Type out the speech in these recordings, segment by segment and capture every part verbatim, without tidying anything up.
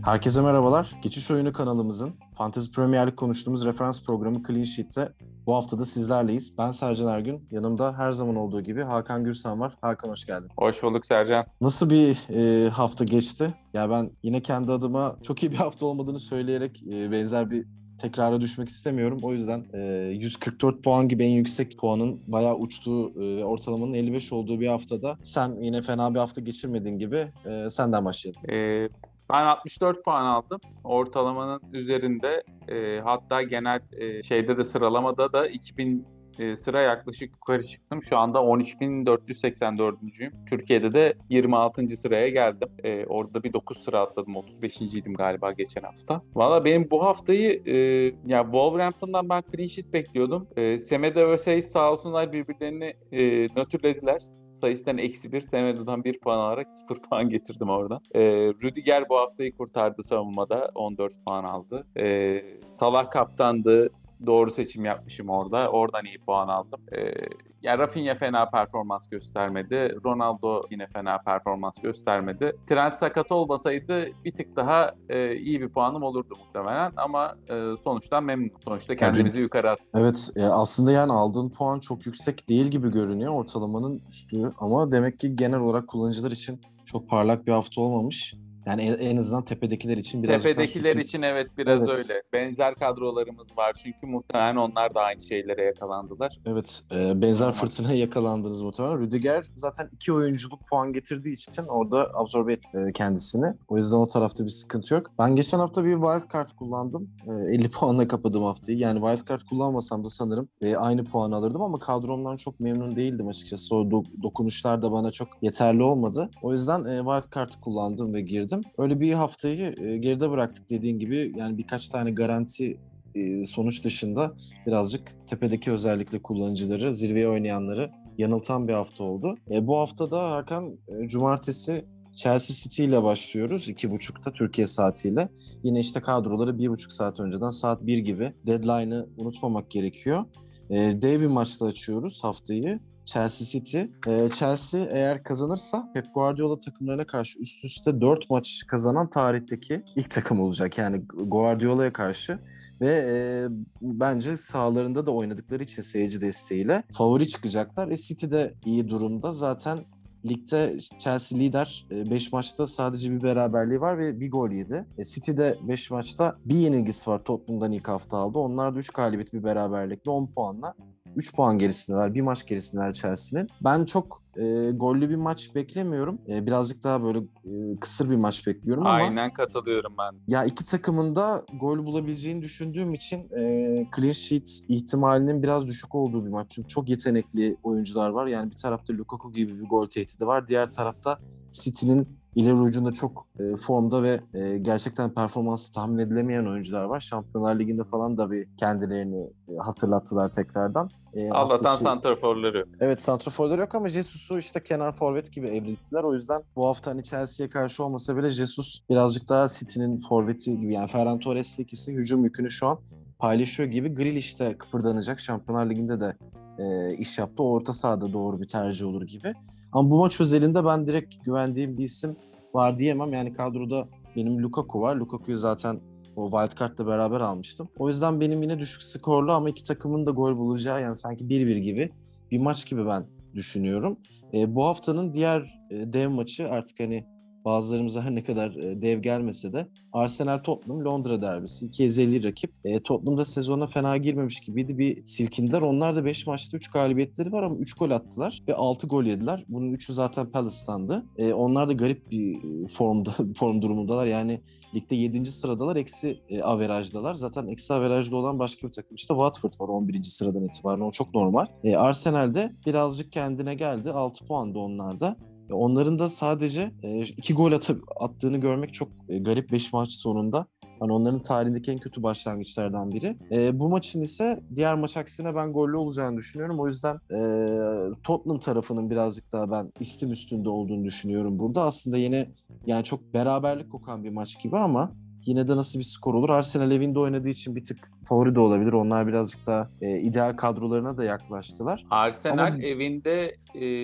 Herkese merhabalar. Geçiş Oyunu kanalımızın Fantasy Premier Lig konuştuğumuz referans programı Clean Sheet'te bu hafta da sizlerleyiz. Ben Sercan Ergün. Yanımda her zaman olduğu gibi Hakan Gürsan var. Hakan hoş geldin. Hoş bulduk Sercan. Nasıl bir e, hafta geçti? Ya ben yine kendi adıma çok iyi bir hafta olmadığını söyleyerek e, benzer bir tekrara düşmek istemiyorum. O yüzden e, yüz kırk dört puan gibi en yüksek puanın bayağı uçtuğu ve e, ortalamanın elli beş olduğu bir haftada sen yine fena bir hafta geçirmediğin gibi e, senden başlayalım. Ee, ben altmış dört puan aldım. Ortalamanın üzerinde. E, hatta genel e, şeyde de sıralamada da iki bin e, sıra yaklaşık yukarı çıktım. Şu anda on üç bin dört yüz seksen dördüncüyüm. Türkiye'de de yirmi altıncı sıraya geldim. E, orada bir dokuz sıra atladım. otuz beşinciydim galiba geçen hafta. Valla benim bu haftayı e, ya Wolverhampton'dan ben clean sheet bekliyordum. E, Semedo ve Seyis sağ olsunlar birbirlerini e, nötrlediler. Sayısından eksi bir, Semedo'dan bir puan alarak sıfır puan getirdim orada. Ee, Rüdiger bu haftayı kurtardı savunmada. on dört puan aldı. Ee, Salah kaptandı. Doğru seçim yapmışım orada. Oradan iyi puan aldım. Ee, yani Rafinha fena performans göstermedi. Ronaldo yine fena performans göstermedi. Trent sakat olmasaydı bir tık daha e, iyi bir puanım olurdu muhtemelen. Ama e, sonuçtan memnunum. Sonuçta kendimizi yani, yukarı attık. Evet, e, aslında yani aldığın puan çok yüksek değil gibi görünüyor. Ortalamanın üstü ama demek ki genel olarak kullanıcılar için çok parlak bir hafta olmamış. Yani en, en azından tepedekiler için birazcık Tepedekiler daha sürpriz. için evet biraz evet. öyle. Benzer kadrolarımız var çünkü muhtemelen onlar da aynı şeylere yakalandılar. Evet, e, benzer Normal. Fırtınaya yakalandınız muhtemelen. Rüdiger zaten iki oyunculuk puan getirdiği için orada absorbe etti e, kendisini. O yüzden o tarafta bir sıkıntı yok. Ben geçen hafta bir wildcard kullandım. E, elli puanla kapadım haftayı. Yani wildcard kullanmasam da sanırım e, aynı puan alırdım ama kadromdan çok memnun değildim açıkçası. O do- dokunuşlar da bana çok yeterli olmadı. O yüzden e, wildcard kullandım ve girdim. Öyle bir haftayı e, geride bıraktık dediğin gibi. Yani birkaç tane garanti e, sonuç dışında birazcık tepedeki özellikle kullanıcıları, zirveye oynayanları yanıltan bir hafta oldu. E, bu haftada Hakan e, cumartesi Chelsea City ile başlıyoruz. iki buçukta Türkiye saatiyle. Yine işte kadroları bir buçuk saat önceden saat bir gibi deadline'ı unutmamak gerekiyor. E, dev bir maçla açıyoruz haftayı. Chelsea City. E, Chelsea eğer kazanırsa Pep Guardiola takımlarına karşı üst üste dört maç kazanan tarihteki ilk takım olacak. Yani Guardiola'ya karşı. Ve e, bence sahalarında da oynadıkları için seyirci desteğiyle favori çıkacaklar. E, City de iyi durumda. Zaten ligde Chelsea lider. beş maçta sadece bir beraberliği var ve bir gol yedi. E, City'de beş maçta bir yenilgisi var. Tottenham'dan ilk hafta aldı. Onlar da üç galibiyet bir beraberlikle on puanla üç puan gerisindeler. Bir maç gerisindeler Chelsea'nin. Ben çok e, gollü bir maç beklemiyorum. E, birazcık daha böyle e, kısır bir maç bekliyorum ama... Aynen katılıyorum ben. Ya iki takımın da gol bulabileceğini düşündüğüm için e, clean sheet ihtimalinin biraz düşük olduğu bir maç. Çünkü çok yetenekli oyuncular var. Yani bir tarafta Lukaku gibi bir gol tehdidi var. Diğer tarafta City'nin ileri ucunda çok e, formda ve e, gerçekten performansı tahmin edilemeyen oyuncular var. Şampiyonlar Ligi'nde falan da bir kendilerini e, hatırlattılar tekrardan. E, Allah'tan içi... santraforları. Evet, santraforları yok ama Jesus'u işte kenar forvet gibi evrildiler. O yüzden bu hafta hani Chelsea'ye karşı olmasa bile Jesus birazcık daha City'nin forveti gibi. Yani Ferran Torres'le ikisi hücum yükünü şu an paylaşıyor gibi. Grealish de kıpırdanacak. Şampiyonlar Ligi'nde de e, iş yaptı. O orta sahada doğru bir tercih olur gibi. Ama bu maç özelinde ben direkt güvendiğim bir isim var diyemem. Yani kadroda benim Lukaku var. Lukaku'yu zaten o wildcard'la beraber almıştım. O yüzden benim yine düşük skorlu ama iki takımın da gol bulacağı yani sanki bir bir gibi bir maç gibi ben düşünüyorum. E, bu haftanın diğer e, dev maçı artık hani bazılarımıza her ne kadar e, dev gelmese de Arsenal-Tottenham Londra derbisi. iki ezeli rakip. E, Tottenham'da sezona fena girmemiş gibiydi. Bir silkindiler. Onlar da beş maçta üç galibiyetleri var ama üç gol attılar ve altı gol yediler. Bunun üçü zaten Palace'tandı. E, onlar da garip bir formda form durumundalar. Yani ligde yedinci sıradalar. Eksi e, averajdalar. Zaten eksi averajda olan başka bir takım işte Watford var on birinci sıradan itibaren. O çok normal. E, Arsenal'de birazcık kendine geldi. altı puan da onlarda. Onların da sadece iki gol at- attığını görmek çok garip beş maç sonunda. Yani onların tarihindeki en kötü başlangıçlardan biri. E, bu maçın ise diğer maç aksine ben gollü olacağını düşünüyorum. O yüzden e, Tottenham tarafının birazcık daha ben istim üstünde olduğunu düşünüyorum burada. Aslında yine yani çok beraberlik kokan bir maç gibi ama yine de nasıl bir skor olur? Arsenal evinde oynadığı için bir tık favori de olabilir. Onlar birazcık daha e, ideal kadrolarına da yaklaştılar. Arsenal ama... evinde... E...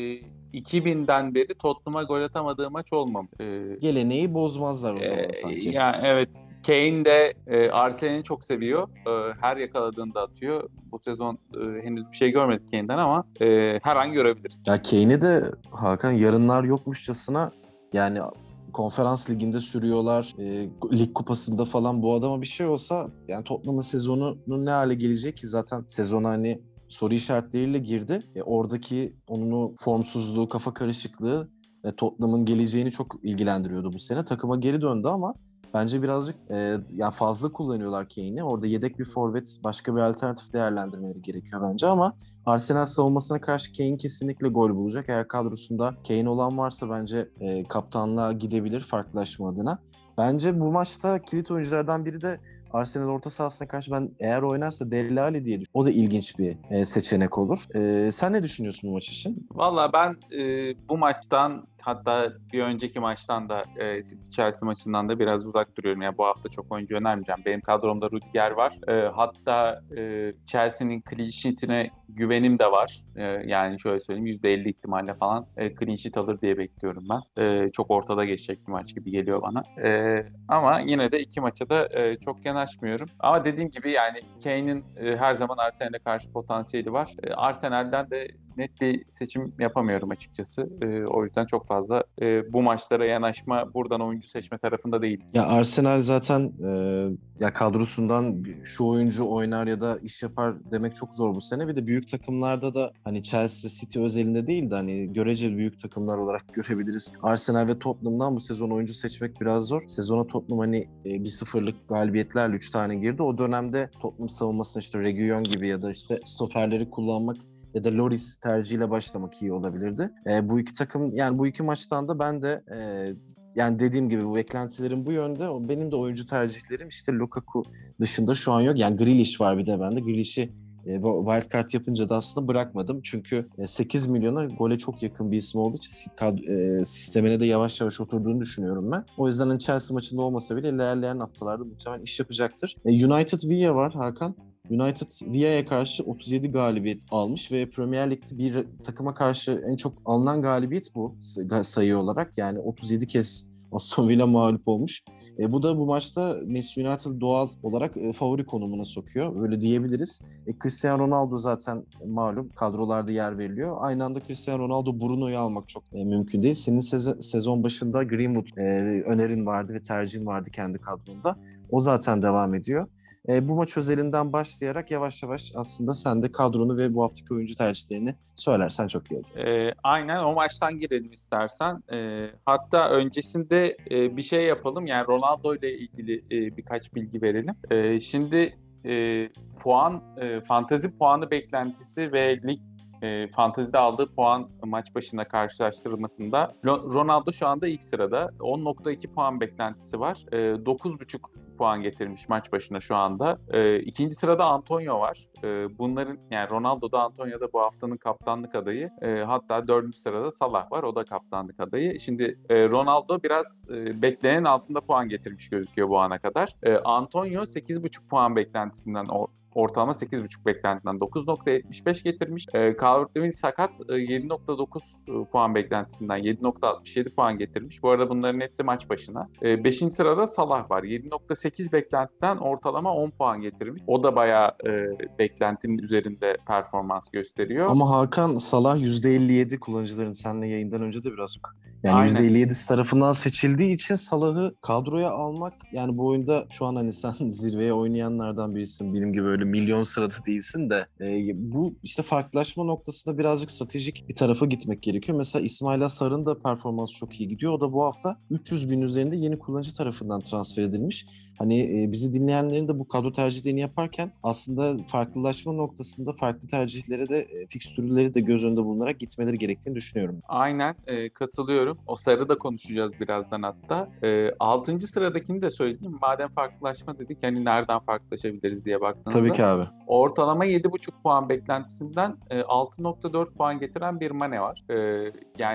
iki binden beri Tottenham'a gol atamadığı maç olmamış. Ee, Geleneği bozmazlar o zaman e, sanki. yani evet, Kane de e, Arsenal'i çok seviyor. E, her yakaladığında atıyor. Bu sezon e, henüz bir şey görmedik Kane'den ama e, her an görebiliriz. Ya Kane'i de Hakan yarınlar yokmuşçasına yani konferans liginde sürüyorlar. E, lig kupasında falan bu adama bir şey olsa yani Tottenham'ın sezonunun ne hale gelecek ki zaten sezona hani soru işaretleriyle girdi. E, oradaki onun o formsuzluğu, kafa karışıklığı e, Tottenham'ın geleceğini çok ilgilendiriyordu bu sene. Takıma geri döndü ama bence birazcık e, yani fazla kullanıyorlar Kane'i. Orada yedek bir forvet, başka bir alternatif değerlendirmeleri gerekiyor bence ama Arsenal savunmasına karşı Kane kesinlikle gol bulacak. Eğer kadrosunda Kane olan varsa bence e, kaptanlığa gidebilir farklılaşma adına. Bence bu maçta kilit oyunculardan biri de Arsenal orta sahasına karşı ben eğer oynarsa Dele Alli diye düşünüyorum. O da ilginç bir e, seçenek olur. E, sen ne düşünüyorsun bu maç için? Valla ben e, bu maçtan, hatta bir önceki maçtan da e, City Chelsea maçından da biraz uzak duruyorum. Yani bu hafta çok oyuncu önermeyeceğim. Benim kadromda Rudiger var. E, hatta e, Chelsea'nin clean sheet'ine güvenim de var. E, yani şöyle söyleyeyim, yüzde elli ihtimalle falan e, clean sheet alır diye bekliyorum ben. E, çok ortada geçecek bir maç gibi geliyor bana. E, ama yine de iki maça da e, çok yanaşmıyorum. Ama dediğim gibi yani Kane'in e, her zaman Arsenal'e karşı potansiyeli var. E, Arsenal'den de net bir seçim yapamıyorum açıkçası. E, o yüzden çok fazla e, bu maçlara yanaşma, buradan oyuncu seçme tarafında değil. Ya Arsenal zaten e, ya kadrosundan şu oyuncu oynar ya da iş yapar demek çok zor bu sene. Bir de büyük takımlarda da hani Chelsea, City özelinde değil de hani göreceli büyük takımlar olarak görebiliriz. Arsenal ve Tottenham'dan bu sezon oyuncu seçmek biraz zor. Sezona Tottenham hani e, bir sıfırlık galibiyetlerle üç tane girdi. O dönemde Tottenham savunmasında işte Reguilon gibi ya da işte stoperleri kullanmak ya da Loris tercihiyle başlamak iyi olabilirdi. E, bu iki takım yani bu iki maçtan da ben de e, yani dediğim gibi bu beklentilerim bu yönde. O benim de oyuncu tercihlerim işte Lukaku dışında şu an yok. Yani Grealish var bir de bende. Grealish'i e, wildcard yapınca da aslında bırakmadım. Çünkü e, sekiz milyona gole çok yakın bir isim olduğu için e, sistemine de yavaş yavaş oturduğunu düşünüyorum ben. O yüzden hani Chelsea maçında olmasa bile ilerleyen haftalarda muhtemelen iş yapacaktır. E, United Villa var Hakan. United Villa'ya karşı otuz yedi galibiyet almış ve Premier Lig'de bir takıma karşı en çok alınan galibiyet bu sayı olarak. Yani otuz yedi kez Aston Villa mağlup olmuş. E, bu da bu maçta Manchester United doğal olarak e, favori konumuna sokuyor. Öyle diyebiliriz. E, Cristiano Ronaldo zaten malum kadrolarda yer veriliyor. Aynı anda Cristiano Ronaldo Bruno'yu almak çok e, mümkün değil. Senin seze- sezon başında Greenwood e, önerin vardı ve tercihin vardı kendi kadronda. O zaten devam ediyor. E, bu maç özelinden başlayarak yavaş yavaş aslında sen de kadronu ve bu haftaki oyuncu tercihlerini söylersen çok iyi olur. E, aynen, o maçtan girelim istersen. E, hatta öncesinde e, bir şey yapalım. Yani Ronaldo ile ilgili e, birkaç bilgi verelim. E, şimdi e, puan, e, fantezi puanı beklentisi ve lig e, fantezide aldığı puan maç başına karşılaştırılmasında Ronaldo şu anda ilk sırada. on nokta iki puan beklentisi var. E, dokuz buçuk puan getirmiş maç başına şu anda. E, ikinci sırada Antonio var. E, bunların yani Ronaldo da Antonio da bu haftanın kaptanlık adayı. E, hatta dördüncü sırada Salah var. O da kaptanlık adayı. Şimdi e, Ronaldo biraz e, beklenenin altında puan getirmiş gözüküyor bu ana kadar. E, Antonio sekiz buçuk puan beklentisinden o ortalama sekiz buçuk beklentisinden dokuz nokta yetmiş beş getirmiş. E, Calvert-Lewin sakat e, yedi nokta dokuz puan beklentisinden yedi nokta altmış yedi puan getirmiş. Bu arada bunların hepsi maç başına. E, beşinci sırada Salah var. yedi nokta sekiz beklentiden ortalama on puan getirmiş. O da bayağı e, beklentinin üzerinde performans gösteriyor. Ama Hakan Salah yüzde elli yedi kullanıcıların seninle yayından önce de biraz yani Aynen. yüzde elli yedisi tarafından seçildiği için Salah'ı kadroya almak yani bu oyunda şu an hani sen zirveye oynayanlardan birisin. Benim gibi öyle milyon sırada değilsin de e, bu işte farklılaşma noktasında birazcık stratejik bir tarafa gitmek gerekiyor. Mesela İsmail Sarı'nın da performansı çok iyi gidiyor. O da bu hafta üç yüz bin üzerinde yeni kullanıcı tarafından transfer edilmiş. Hani e, bizi dinleyenlerin de bu kadro tercihlerini yaparken aslında farklılaşma noktasında farklı tercihlere de e, fikstürleri de göz önünde bulunarak gitmeleri gerektiğini düşünüyorum. Aynen, e, katılıyorum. O sarı da konuşacağız birazdan hatta. E, altıncı sıradakini de söyleyeyim. Madem farklılaşma dedik, hani nereden farklılaşabiliriz diye baktığınızda. Tabii ki abi. Ortalama yedi buçuk puan beklentisinden e, altı nokta dört puan getiren bir Mane var. E, yani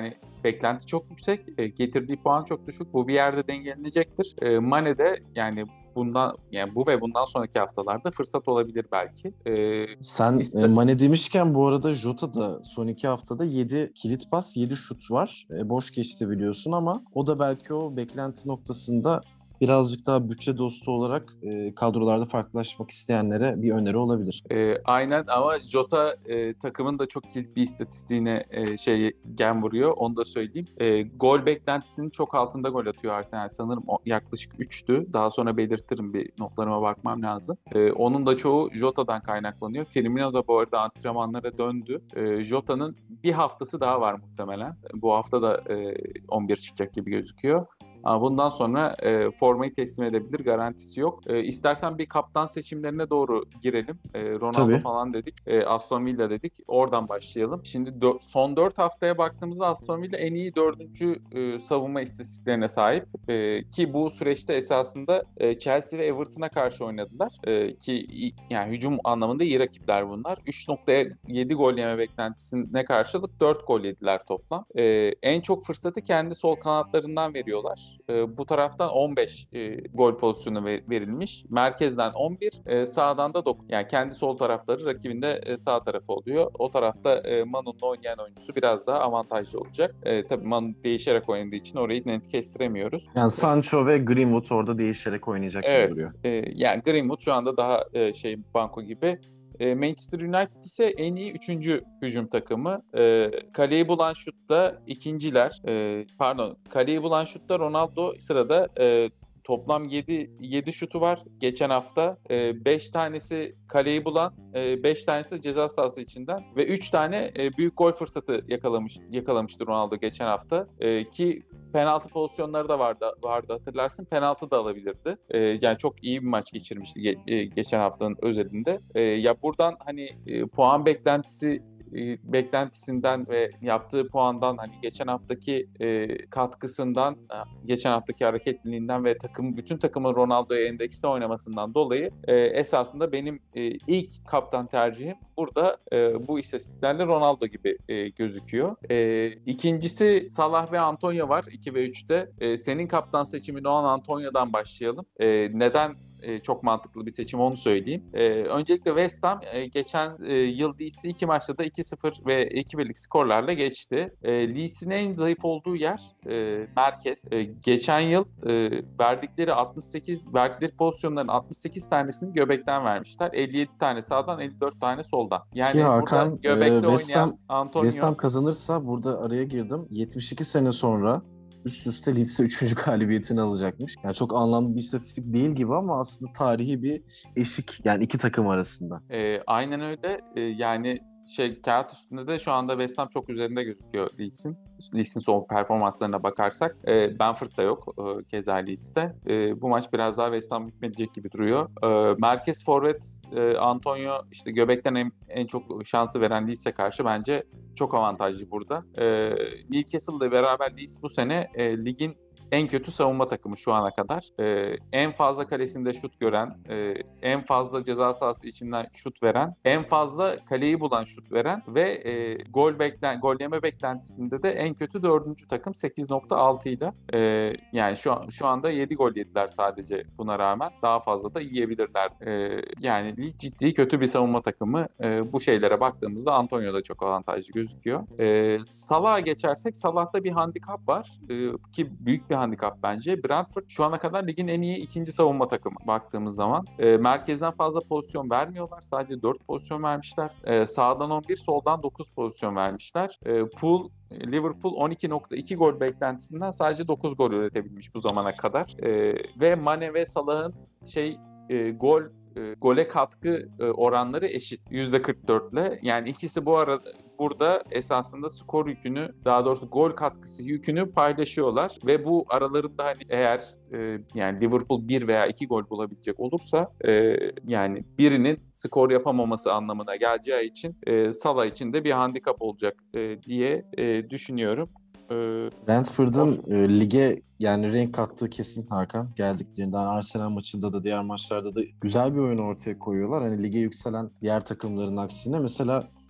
beklenti çok yüksek, e, getirdiği puan çok düşük. Bu bir yerde dengelenecektir. E, Mane de yani bundan yani bu ve bundan sonraki haftalarda fırsat olabilir belki. E, Sen e, iste- Mane demişken bu arada Jota'da son iki haftada yedi kilit pas, yedi şut var. E, boş geçti biliyorsun ama o da belki o beklenti noktasında birazcık daha bütçe dostu olarak e, kadrolarda farklılaşmak isteyenlere bir öneri olabilir. E, aynen ama Jota e, takımın da çok kilit bir istatistiğine e, şey gen vuruyor. Onu da söyleyeyim. E, gol beklentisinin çok altında gol atıyor Arsenal. Sanırım o, yaklaşık üçtü. Daha sonra belirtirim, bir notlarıma bakmam lazım. E, onun da çoğu Jota'dan kaynaklanıyor. Firmino da bu arada antrenmanlara döndü. E, Jota'nın bir haftası daha var muhtemelen. Bu hafta da e, on bir çıkacak gibi gözüküyor. Ama bundan sonra e, formayı teslim edebilir, garantisi yok. E, istersen bir kaptan seçimlerine doğru girelim. E, Ronaldo Tabii. falan dedik, e, Aston Villa dedik. Oradan başlayalım. Şimdi dö- son dört haftaya baktığımızda Aston Villa en iyi dördüncü e, savunma istatistiklerine sahip. E, ki bu süreçte esasında e, Chelsea ve Everton'a karşı oynadılar. E, ki yani hücum anlamında iyi rakipler bunlar. üç nokta yedi gol yeme beklentisine karşılık dört gol yediler toplam. E, en çok fırsatı kendi sol kanatlarından veriyorlar. E, bu taraftan on beş e, gol pozisyonu ver, verilmiş. Merkezden on bir, e, sağdan da dokuz. Yani kendi sol tarafları rakibinde e, sağ tarafı oluyor. O tarafta e, Manu'nun oynayan oyuncusu biraz daha avantajlı olacak. E, tabii Manu değişerek oynadığı için orayı net kestiremiyoruz. Yani Sancho ve Greenwood orada değişerek oynayacak gibi Evet. duruyor. E, yani Greenwood şu anda daha e, şey banko gibi. E, Manchester United ise en iyi üçüncü hücum takımı. E, kaleyi bulan şutta ikinciler. E, pardon, kaleyi bulan şutta Ronaldo sırada. E, toplam yedi yedi şutu var geçen hafta. beş tanesi kaleyi bulan, beş tanesi de ceza sahası içinden ve üç tane e, büyük gol fırsatı yakalamış yakalamıştı Ronaldo geçen hafta. E, ki penaltı pozisyonları da vardı vardı hatırlarsın. Penaltı da alabilirdi. E, yani çok iyi bir maç geçirmişti ge- e, geçen haftanın özelinde. E, ya buradan hani e, puan beklentisi beklentisinden ve yaptığı puandan, hani geçen haftaki e, katkısından, geçen haftaki hareketliliğinden ve takım bütün takımın Ronaldo'ya endekste oynamasından dolayı e, esasında benim e, ilk kaptan tercihim burada e, bu istatistiklerle Ronaldo gibi e, gözüküyor. E, ikincisi Salah ve Antonio var iki ve üçte. E, senin kaptan seçimin olan Antonio'dan başlayalım. E, neden çok mantıklı bir seçim, onu söyleyeyim. Ee, öncelikle West Ham e, geçen e, yıl Leeds'i iki maçta da iki sıfır ve iki birlik skorlarla geçti. E, Leeds'in en zayıf olduğu yer e, merkez. E, geçen yıl e, verdikleri altmış sekiz verdikleri pozisyonların altmış sekiz tanesini göbekten vermişler. elli yedi tane sağdan, elli dört tane soldan. Ki Yani burada Hakan, e, göbekte West Ham oynayan West Antonio. Ham kazanırsa, burada araya girdim, yetmiş iki sene sonra üst üste Leeds'e üçüncü galibiyetini alacakmış. Yani çok anlamlı bir istatistik değil gibi ama aslında tarihi bir eşik yani iki takım arasında. E, aynen öyle. E, yani şey, kağıt üstünde de şu anda West Ham çok üzerinde gözüküyor Leeds'in. Leeds'in son performanslarına bakarsak. E, Benford da yok e, keza Leeds'te. E, bu maç biraz daha West Ham hükmedecek gibi duruyor. E, merkez forvet e, Antonio işte göbekten en, en çok şansı veren Leeds'e karşı bence çok avantajlı burada. E, Newcastle'la beraber Leeds bu sene e, ligin en kötü savunma takımı şu ana kadar. Ee, en fazla kalesinde şut gören, e, en fazla ceza sahası içinden şut veren, en fazla kaleyi bulan şut veren ve e, gol beklen gol yeme beklentisinde de en kötü dördüncü takım sekiz nokta altı ile. E, yani şu an, şu anda yedi gol yediler sadece buna rağmen. Daha fazla da yiyebilirler. E, yani lig ciddi kötü bir savunma takımı. E, bu şeylere baktığımızda Antonio da çok avantajlı gözüküyor. E, Salah'a geçersek, Salah'ta bir handikap var. E, ki büyük bir handikap bence. Brentford şu ana kadar ligin en iyi ikinci savunma takımı baktığımız zaman. E, merkezden fazla pozisyon vermiyorlar. Sadece dört pozisyon vermişler. E, sağdan on bir, soldan dokuz pozisyon vermişler. E, Pool Liverpool on iki nokta iki gol beklentisinden sadece dokuz gol üretebilmiş bu zamana kadar. E, ve Mane ve Salah'ın şey e, gol e, gole katkı e, oranları eşit yüzde kırk dört ile. Yani ikisi bu arada burada esasında skor yükünü, daha doğrusu gol katkısı yükünü paylaşıyorlar ve bu aralarında hani eğer e, yani Liverpool bir veya iki gol bulabilecek olursa e, yani birinin skor yapamaması anlamına geleceği için e, Salah için de bir handikap olacak e, diye e, düşünüyorum. E, Brentford'un e, lige yani renk kattığı kesin Hakan. Geldiklerinden Arsenal maçında da diğer maçlarda da güzel bir oyun ortaya koyuyorlar. Hani lige yükselen diğer takımların aksine mesela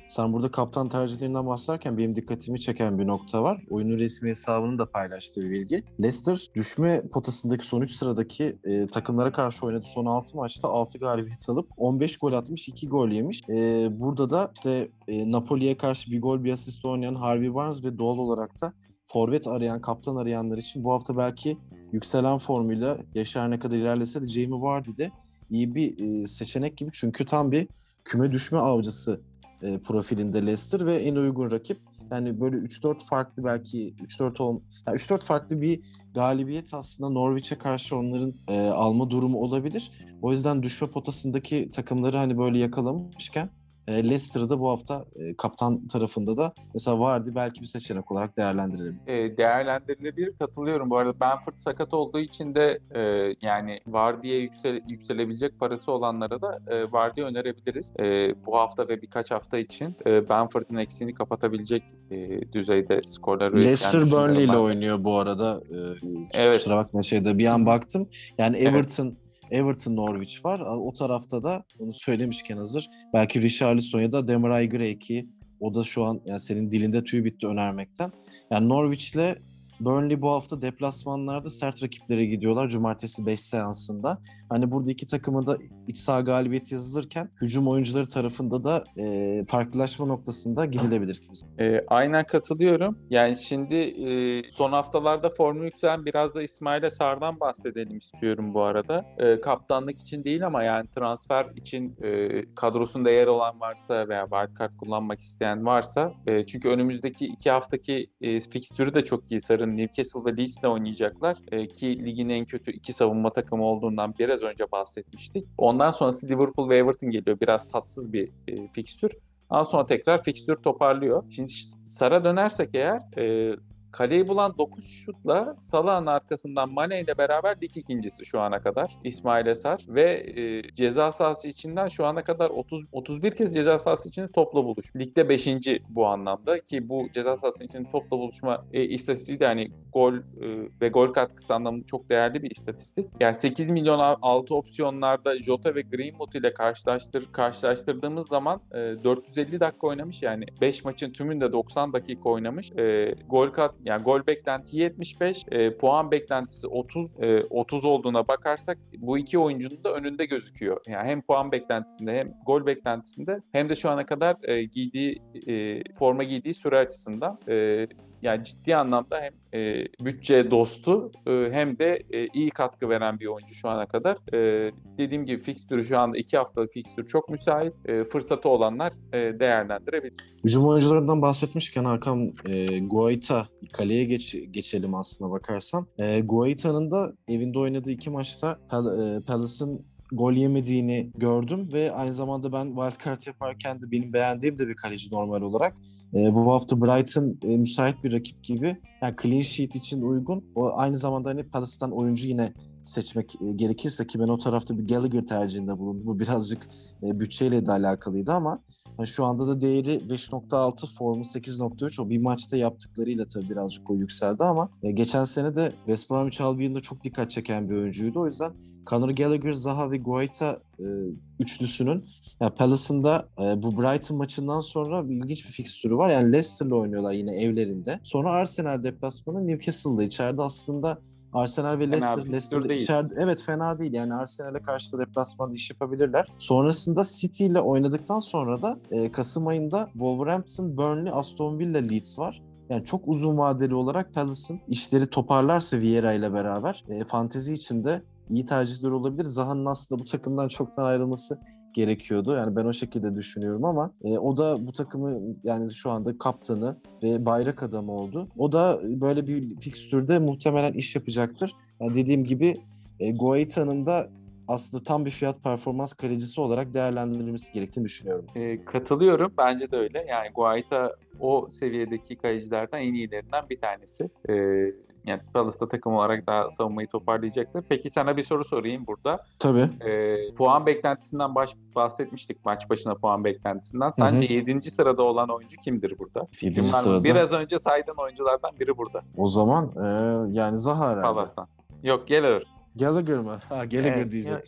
sen burada kaptan tercihlerinden bahsederken benim dikkatimi çeken bir nokta var. Oyunun resmi hesabının da paylaştığı bir bilgi. Leicester düşme potasındaki son üç sıradaki e, takımlara karşı oynadı. Son altı maçta altı galibiyet alıp on beş gol atmış, iki gol yemiş. E, burada da işte e, Napoli'ye karşı bir gol bir asist oynayan Harvey Barnes ve doğal olarak da forvet arayan, kaptan arayanlar için bu hafta belki yükselen formuyla Yaşar ne kadar ilerlese de Jamie Vardy de iyi bir e, seçenek gibi. Çünkü tam bir küme düşme avcısı e, profilinde Leicester ve en uygun rakip. Yani böyle üç dört farklı belki üç dört ol, yani üç dört farklı bir galibiyet aslında Norwich'e karşı onların e, alma durumu olabilir. O yüzden düşme potasındaki takımları hani böyle yakalamışken e, Leicester'da bu hafta e, kaptan tarafında da mesela Vardy belki bir seçenek olarak değerlendirilebilir. E, değerlendirilebilir. Katılıyorum. Bu arada Benford sakat olduğu için de e, yani Vardy'ye yüksel, yükselebilecek parası olanlara da e, Vardy önerebiliriz. E, bu hafta ve birkaç hafta için e, Benford'un eksiğini kapatabilecek e, düzeyde skorlar üreteceğini Leicester düşünüyorum Burnley ile ben de. oynuyor bu arada. Ee, Evet. Kusura bakma şeyde bir an Hı-hı. baktım. Yani Evet. Everton Everton Norwich var. O tarafta da onu söylemişken hazır. Belki Richarlison ya da Demarai Gray ki o da şu an yani senin dilinde tüy bitti önermekten. Yani Norwich'le Burnley bu hafta deplasmanlarda sert rakiplere gidiyorlar. Cumartesi beş seansında. Hani burada iki takımı da iç saha galibiyeti yazılırken hücum oyuncuları tarafında da e, farklılaşma noktasında gidilebilir gibi. E, aynen katılıyorum. Yani şimdi e, son haftalarda formu yükselen biraz da İsmail Sar'dan bahsedelim istiyorum bu arada. E, kaptanlık için değil ama yani transfer için e, kadrosunda yer olan varsa veya wildcard kullanmak isteyen varsa e, çünkü önümüzdeki iki haftaki e, fikstürü de çok iyi Sar'ın. Newcastle ve Leeds'le oynayacaklar. E, ki ligin en kötü iki savunma takımı olduğundan biraz önce bahsetmiştik. Ondan sonrası Liverpool ve Everton geliyor. Biraz tatsız bir e, fikstür. Ondan sonra tekrar fikstür toparlıyor. Şimdi Sar'a dönersek eğer e, kaleyi bulan dokuz şutla Salah'ın arkasından Mane ile beraber lig ikincisi şu ana kadar İsmail Sar ve e, ceza sahası içinden şu ana kadar otuz otuz bir kez ceza sahası içinde topla buluş. Ligde beşinci bu anlamda ki bu ceza sahası içinde topla buluşma e, istatistiği de hani gol e, ve gol katkısı anlamında çok değerli bir istatistik. Yani sekiz milyon altı opsiyonlarda Jota ve Greenwood ile karşılaştır karşılaştırdığımız zaman e, dört yüz elli dakika oynamış yani beş maçın tümünde doksan dakika oynamış. E, gol kat yani gol beklenti yetmiş beş, e, puan beklentisi otuz e, otuz olduğuna bakarsak bu iki oyuncunun da önünde gözüküyor. Yani hem puan beklentisinde hem gol beklentisinde hem de şu ana kadar e, giydiği e, forma giydiği süre açısından e, yani ciddi anlamda hem e, bütçe dostu e, hem de e, iyi katkı veren bir oyuncu şu ana kadar. E, dediğim gibi fikstürü şu anda iki haftalık fikstür çok müsait. E, fırsatı olanlar e, değerlendirebilir. Hücum oyuncularından bahsetmişken Hakan, e, Guaita kaleye geç, geçelim aslına bakarsan. E, Guaita'nın da evinde oynadığı iki maçta Pal- e, Palace'ın gol yemediğini gördüm ve aynı zamanda ben wildcard yaparken de benim beğendiğim de bir kaleci normal olarak. E, bu hafta Brighton e, müsait bir rakip gibi. Yani clean sheet için uygun. O aynı zamanda hani Palace'tan oyuncu yine seçmek e, gerekirse ki ben o tarafta bir Gallagher tercihinde bulundum. Bu birazcık e, bütçeyle de alakalıydı ama yani şu anda da değeri beş nokta altı, formu sekiz nokta üç. O bir maçta yaptıklarıyla tabii birazcık o yükseldi ama e, geçen sene de West Bromwich Albion'da çok dikkat çeken bir oyuncuydu. O yüzden Conor Gallagher, Zaha ve Guaita e, üçlüsünün yani Palace'ın da e, bu Brighton maçından sonra bir ilginç bir fikstürü var. Yani Leicester'la oynuyorlar yine evlerinde. Sonra Arsenal deplasmanı, Newcastle'da içeride aslında Arsenal ve Leicester. Fena bir Leicester fikstür değil. içeride, evet fena değil. Yani Arsenal'e karşı da deplasmanda iş yapabilirler. Sonrasında City ile oynadıktan sonra da e, Kasım ayında Wolverhampton, Burnley, Aston Villa, Leeds var. Yani çok uzun vadeli olarak Palace'ın işleri toparlarsa Vieira ile beraber e, fantezi için de iyi tercihler olabilir. Zaha'nın aslında bu takımdan çoktan ayrılması gerekiyordu. Yani ben o şekilde düşünüyorum ama e, o da bu takımı yani şu anda kaptanı ve bayrak adamı oldu. O da böyle bir fikstürde muhtemelen iş yapacaktır. Yani dediğim gibi e, Guaita'nın da aslında tam bir fiyat performans kalecisi olarak değerlendirilmesi gerektiğini düşünüyorum. E, katılıyorum. Bence de öyle. Yani Guaita o seviyedeki kalecilerden en iyilerinden bir tanesi. E, yani Palace'da takım olarak daha savunmayı toparlayacaktır. Peki sana bir soru sorayım burada. Tabii. E, puan beklentisinden baş, bahsetmiştik maç başına puan beklentisinden. Hı hı. Sence yedinci sırada olan oyuncu kimdir burada? Fikrin Yedinci var mı? sırada. Biraz önce saydığın oyunculardan biri burada. O zaman e, yani Zaha herhalde. Palace'tan. Yok, Gallagher. Gallagher mı? Ha Gallagher Evet, diyecektim.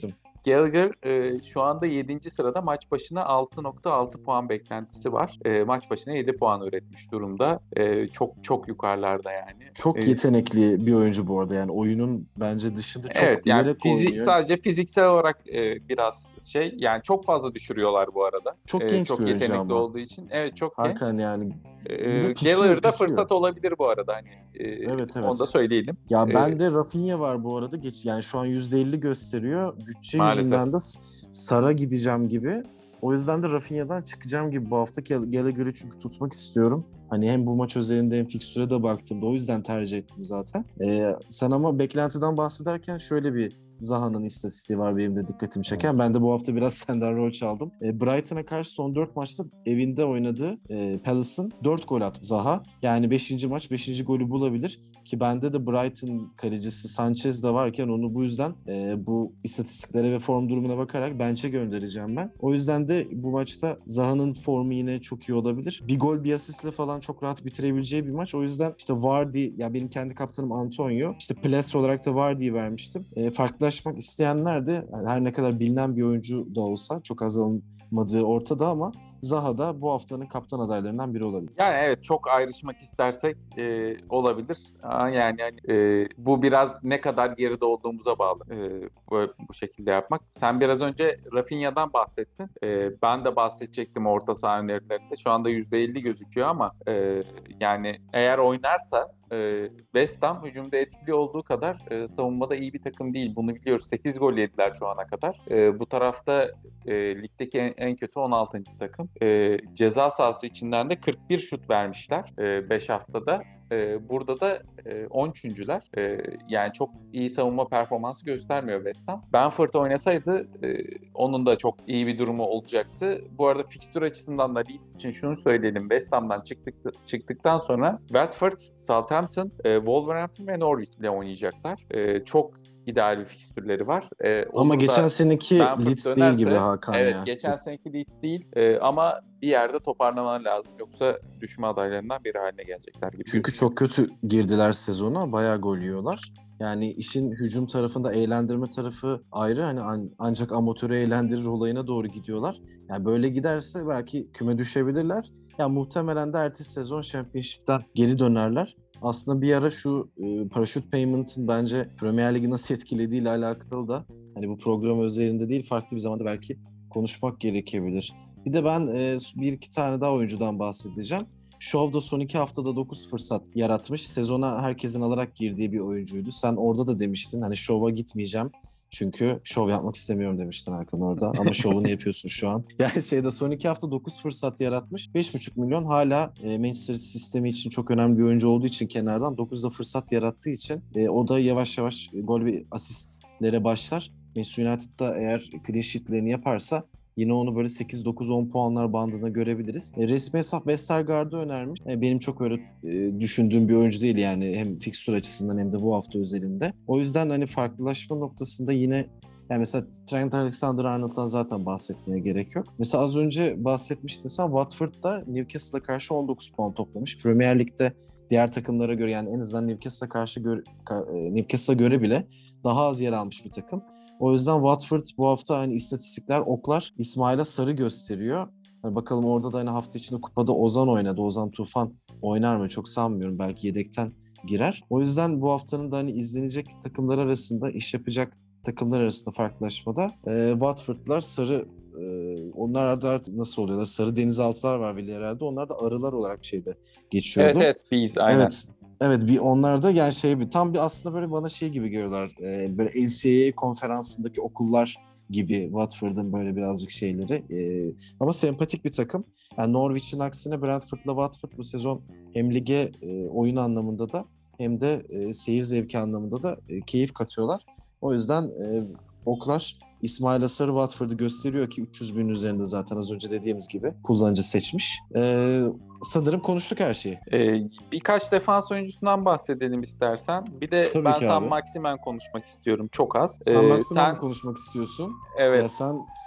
Gallagher e, şu anda yedinci sırada, maç başına altı nokta altı puan beklentisi var. E, maç başına yedi puan üretmiş durumda. E, çok çok yukarılarda yani. Çok E, yetenekli bir oyuncu bu arada, yani oyunun bence dışında çok evet yani bilerek fizi- oynuyor. sadece fiziksel olarak e, biraz şey, yani çok fazla düşürüyorlar bu arada. Çok E, genç bir çok oyuncu yetenekli ama. olduğu için. Evet, çok genç. Hakan yani bir de E, pişiyor Gallagher'da pişiyor. fırsat olabilir bu arada, hani e, Evet onu da evet. söyleyelim. Ya E, ben de Rafinha var bu arada. Geç, yani şu an yüzde elli gösteriyor. Bütçe maalesef. yüzünden de S- Sara gideceğim gibi. O yüzden de Rafinha'dan çıkacağım gibi bu hafta. Gall- Gallagher'ı çünkü tutmak istiyorum. Hani hem bu maç özelinde hem fikstüre de baktığımda o yüzden tercih ettim zaten. Ee, sen ama beklentiden bahsederken şöyle bir Zaha'nın istatistiği var benim de dikkatimi çeken. Ben de bu hafta biraz senden rol çaldım. E, Brighton'a karşı son dört maçta evinde oynadığı e, Palace'ın dört gol attı Zaha. Yani beşinci maç beşinci golü bulabilir. Ki bende de Brighton kalecisi Sanchez de varken onu bu yüzden e, bu istatistiklere ve form durumuna bakarak bench'e göndereceğim ben. O yüzden de bu maçta Zaha'nın formu yine çok iyi olabilir. Bir gol bir asistle falan çok rahat bitirebileceği bir maç. O yüzden işte Vardy, ya benim kendi kaptanım Antonio. İşte Ples olarak da Vardy'yi vermiştim. E, farklılaşmak isteyenler de yani her ne kadar bilinen bir oyuncu da olsa çok az alınmadığı ortada ama Zaha da bu haftanın kaptan adaylarından biri olabilir. Yani evet, çok ayrışmak istersek e, olabilir. Aa, yani hani, e, bu biraz ne kadar geride olduğumuza bağlı e, bu, bu şekilde yapmak. Sen biraz önce Rafinha'dan bahsettin. E, ben de bahsedecektim orta saha önerilerinde. Şu anda yüzde elli gözüküyor ama e, yani eğer oynarsa e, West Ham hücumda etkili olduğu kadar e, savunmada iyi bir takım değil. Bunu biliyoruz. sekiz gol yediler şu ana kadar. E, bu tarafta e, ligdeki en, en kötü on altıncı takım. E, ceza sahası içinden de kırk bir şut vermişler beş haftada. E, burada da e, on üçüncüler. E, yani çok iyi savunma performansı göstermiyor West Ham. Benford oynasaydı e, onun da çok iyi bir durumu olacaktı. Bu arada fikstür açısından da Leeds için şunu söyleyelim. West Ham'dan çıktık, çıktıktan sonra Watford, Southampton, e, Wolverhampton ve Norwich ile oynayacaklar. E, çok ideal bir fikstürleri var. E, Ama olur geçen da seneki Benford Leeds değil gibi dönerse, Hakan evet, ya. geçen seneki Leeds değil e, ama bir yerde toparlaman lazım. Yoksa düşme adaylarından biri haline gelecekler gibi Çünkü gözüküyor. çok kötü girdiler sezona. Bayağı gol yiyorlar. Yani işin hücum tarafında eğlendirme tarafı ayrı. Hani an- ancak amatörü eğlendirir olayına doğru gidiyorlar. Yani böyle giderse belki küme düşebilirler. Ya muhtemelen de ertesi sezon Championship'ten geri dönerler. Aslında bir ara şu e, parachute payment'ın bence Premier Ligi nasıl etkilediğiyle alakalı da hani bu program özelinde değil farklı bir zamanda belki konuşmak gerekebilir. Bir de ben e, bir iki tane daha oyuncudan bahsedeceğim. Show'da son iki haftada dokuz fırsat yaratmış. Sezona herkesin alarak girdiği bir oyuncuydu. Sen orada da demiştin hani Show'a gitmeyeceğim. Çünkü şov yapmak istemiyorum demiştin Hakan orada. Ama şovunu yapıyorsun şu an. Yani şeyde son iki hafta dokuz fırsat yaratmış. beş buçuk milyon hala e, Manchester sistemi için çok önemli bir oyuncu olduğu için kenardan dokuzda fırsat yarattığı için e, o da yavaş yavaş gol ve asistlere başlar. Manchester United'da eğer clean sheet'lerini yaparsa yine onu böyle sekiz dokuz on puanlar bandında görebiliriz. E, resmi hesap Westergaard'ı önermiş. E, benim çok öyle e, düşündüğüm bir oyuncu değil yani hem fikstür açısından hem de bu hafta özelinde. O yüzden hani farklılaşma noktasında yine yani mesela Trent Alexander-Arnold'dan zaten bahsetmeye gerek yok. Mesela az önce bahsetmiştin sen Watford'da Newcastle'a karşı on dokuz puan toplamış. Premier Lig'de diğer takımlara göre yani en azından Newcastle'a karşı gö- ka- Newcastle'a göre bile daha az yer almış bir takım. O yüzden Watford bu hafta hani istatistikler oklar İsmail'e sarı gösteriyor. Hani bakalım orada da hani hafta içinde kupada Ozan oynadı. Ozan Tufan oynar mı? Çok sanmıyorum. Belki yedekten girer. O yüzden bu haftanın da hani izlenecek takımlar arasında iş yapacak takımlar arasında farklılaşmada e, Watford'lar sarı e, onlar da artık nasıl oluyorlar? Sarı denizaltılar var Villarreal'de. Onlar da arılar olarak şeyde Evet geçiyordu. evet, biz aynen. Evet. Evet bir onlarda yani şey bir tam bir aslında böyle bana şey gibi görüyorlar. Ee, böyle N C A A konferansındaki okullar gibi Watford'un böyle birazcık şeyleri. Ee, ama sempatik bir takım. Yani Norwich'in aksine Brentford'la Watford bu sezon hem lige e, oyun anlamında da hem de e, seyir zevki anlamında da e, keyif katıyorlar. O yüzden e, oklar İsmail Asarı Watford'u gösteriyor ki üç yüz binin üzerinde zaten az önce dediğimiz gibi kullanıcı seçmiş. Ee, sanırım konuştuk her şeyi. Ee, birkaç defans oyuncusundan bahsedelim istersen. Bir de Tabii ben ki Sam abi. Maximen konuşmak istiyorum çok az. Sen Ee, Maximen mi sen konuşmak istiyorsun? evet Ya sen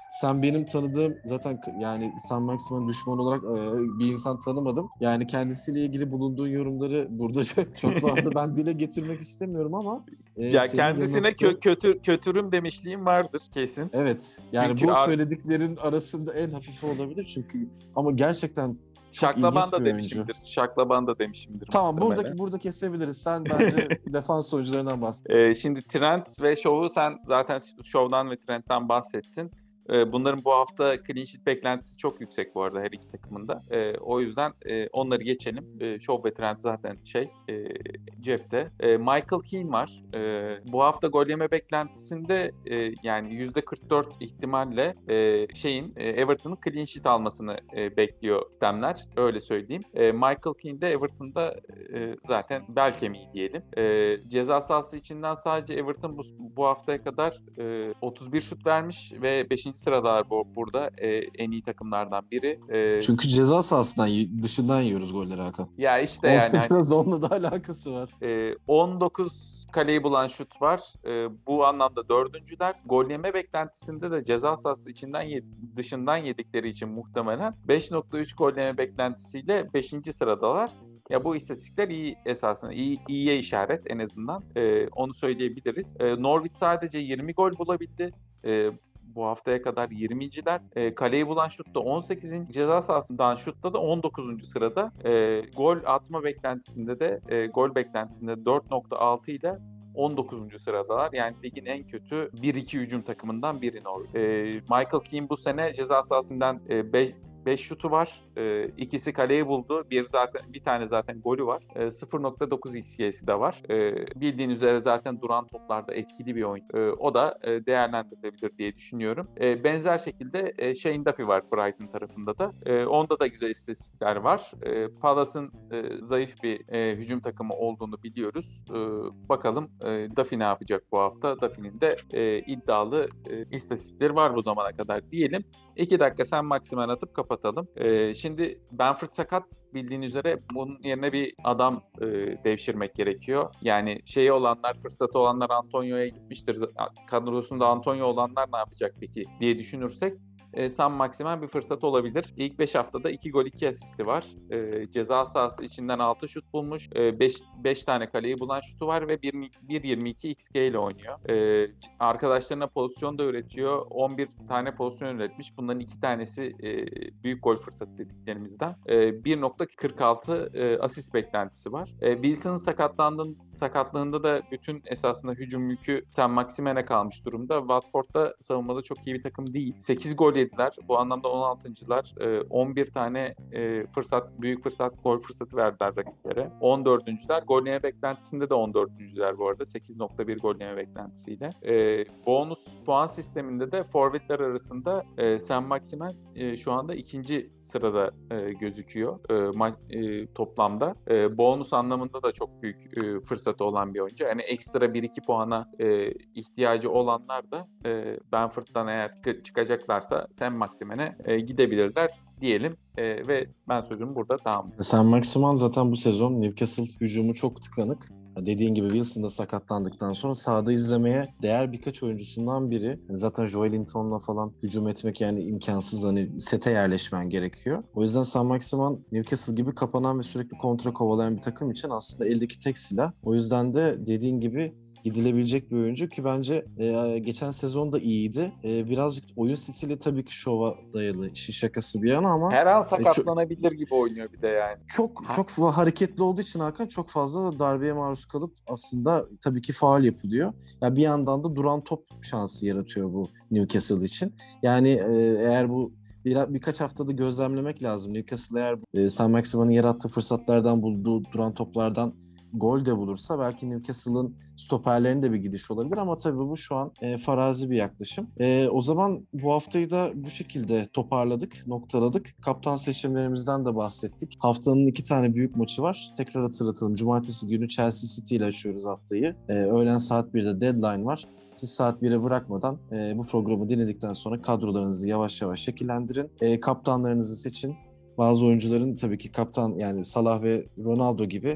sen benim tanıdığım zaten k- yani San Maximin düşman olarak e, bir insan tanımadım. Yani kendisiyle ilgili bulunduğun yorumları burada çok fazla ben dile getirmek istemiyorum ama e, Ya senin kendisine yanılttığın kö- kötü kötürüm demişliğim vardır kesin. evet yani Çünkü bu ar- söylediklerin arasında en hafifi olabilir çünkü ama gerçekten çok şaklaban ilginç bir da oyuncu. demişimdir. Şaklaban da demişimdir Tamam muhtemelen. buradaki burada kesebiliriz. Sen bence defans oyuncularından bahset. Ee, şimdi Trent ve Show'u sen zaten Show'dan ve Trent'ten bahsettin. Ee, bunların bu hafta clean sheet beklentisi çok yüksek bu arada her iki takımında. Ee, o yüzden e, onları geçelim. Ee, Show ve Trent zaten şey e, cepte. Ee, Michael Keane var. Ee, bu hafta gol yeme beklentisinde e, yani yüzde kırk dört ihtimalle e, şeyin e, Everton'ın clean sheet almasını e, bekliyor sistemler. Öyle söyleyeyim. E, Michael Keane de Everton'da e, zaten bel kemiği diyelim. E, ceza sahası içinden sadece Everton bu, bu haftaya kadar e, otuz bir şut vermiş ve beşinci sıradalar bu, burada e, en iyi takımlardan biri. E, Çünkü ceza sahasından y- dışından yiyoruz golleri Hakan. ya işte O yani hani biraz onunla da alakası var. e, on dokuz kaleyi bulan şut var. E, bu anlamda dördüncüler. Gol yeme beklentisinde de ceza sahası içinden ye- dışından yedikleri için muhtemelen beş nokta üç gol yeme beklentisiyle beşinci sıradalar. Ya bu istatistikler iyi esasında. iyi, iyiye işaret en azından. E, onu söyleyebiliriz. E, Norwich sadece yirmi gol bulabildi. E, bu haftaya kadar yirminciler. E, kaleyi bulan şutta on sekizinci ceza sahasından şutta da on dokuzuncu sırada. E, gol atma beklentisinde de e, gol beklentisinde dört nokta altı ile on dokuzuncu sıradalar. Yani ligin en kötü bir iki hücum takımından biri Norwich. E, Michael Keane bu sene ceza sahasından e, beş şutu var. E, ikisi kaleyi buldu. Bir zaten bir tane zaten golü var. E, sıfır nokta dokuz X G'si de var. E, bildiğin üzere zaten duran toplarda etkili bir oyun. E, o da e, değerlendirilebilir diye düşünüyorum. E, benzer şekilde e, Shane Duffy var Brighton tarafında da. E, onda da güzel istatistikler var. E, Palace'ın e, zayıf bir e, hücum takımı olduğunu biliyoruz. E, bakalım e, Duffy ne yapacak bu hafta? Duffy'nin de e, iddialı e, istatistikleri var bu zamana kadar diyelim. İki dakika sen Maximen atıp kapatalım. Ee, şimdi Benford sakat bildiğin üzere bunun yerine bir adam e, devşirmek gerekiyor. Yani şeyi olanlar, fırsatı olanlar Antonio'ya gitmiştir. Kadrosunda Antonio olanlar ne yapacak peki diye düşünürsek e, San Maximen bir fırsat olabilir. İlk beş haftada iki gol iki asisti var. E, ceza sahası içinden altı şut bulmuş. beş tane kaleyi bulan şutu var ve bir virgül yirmi iki X G ile oynuyor. E, arkadaşlarına pozisyon da üretiyor. on bir tane pozisyon üretmiş. Bunların iki tanesi e, büyük gol fırsatı dediklerimizden. E, bir nokta kırk altı e, asist beklentisi var. E, Wilson'ın sakatlandığında, sakatlığında da bütün esasında hücum yükü San Maximen'e kalmış durumda. Watford'da savunmada çok iyi bir takım değil. sekiz gol yediler. Bu anlamda on altıncılar. E, on bir tane e, fırsat, büyük fırsat, gol fırsatı verdiler rakiplere. on dördüncüler. Gol yeme beklentisinde de on dördüncüler bu arada. sekiz nokta bir gol yeme beklentisiyle. E, bonus puan sisteminde de forvetler arasında e, San Maximen e, şu anda ikinci sırada e, gözüküyor e, ma- e, toplamda. E, bonus anlamında da çok büyük e, fırsatı olan bir oyuncu. Yani ekstra bir iki puana e, ihtiyacı olanlar da e, Benford'dan eğer çıkacaklarsa San Maximen'e e, gidebilirler diyelim e, ve ben sözümü burada tamamlayayım. San Maximan zaten bu sezon Newcastle hücumu çok tıkanık. Dediğin gibi Wilson da sakatlandıktan sonra sahada izlemeye değer birkaç oyuncusundan biri. Zaten Joelinton'la falan hücum etmek yani imkansız, hani sete yerleşmen gerekiyor. O yüzden San Maximan Newcastle gibi kapanan ve sürekli kontra kovalayan bir takım için aslında eldeki tek silah. O yüzden de dediğin gibi gidilebilecek bir oyuncu ki bence e, geçen sezon da iyiydi. E, birazcık oyun stili tabii ki şova dayalı, işin şakası bir yana ama Her an e, çok, sakatlanabilir gibi oynuyor bir de yani. çok Ha. çok hareketli olduğu için Hakan çok fazla da darbeye maruz kalıp aslında tabii ki faul yapılıyor. Ya bir yandan da duran top şansı yaratıyor bu Newcastle için. Yani e, eğer bu bir, birkaç haftada gözlemlemek lazım. Newcastle eğer e, San Maximan'ın yarattığı fırsatlardan bulduğu duran toplardan gol de bulursa belki Newcastle'ın stoperlerinde de bir gidiş olabilir ama tabii bu şu an e, farazi bir yaklaşım. E, o zaman bu haftayı da bu şekilde toparladık, noktaladık. Kaptan seçimlerimizden de bahsettik. Haftanın iki tane büyük maçı var. Tekrar hatırlatalım. Cumartesi günü Chelsea City ile açıyoruz haftayı. E, öğlen saat birde deadline var. Siz saat bire bırakmadan e, bu programı dinledikten sonra kadrolarınızı yavaş yavaş şekillendirin. E, kaptanlarınızı seçin. Bazı oyuncuların tabii ki kaptan yani Salah ve Ronaldo gibi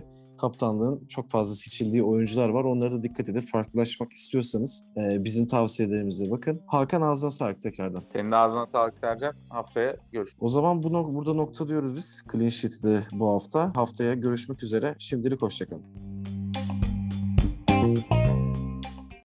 kaptanlığın çok fazla seçildiği oyuncular var. Onlara da dikkat edip farklılaşmak istiyorsanız e, bizim tavsiyelerimize bakın. Hakan, ağzına sağlık tekrardan. Senin de ağzına sağlık Sercan. Haftaya görüşürüz. O zaman bu nok- burada noktalıyoruz biz. Clean Sheet'i de bu hafta. Haftaya görüşmek üzere. Şimdilik hoşçakalın.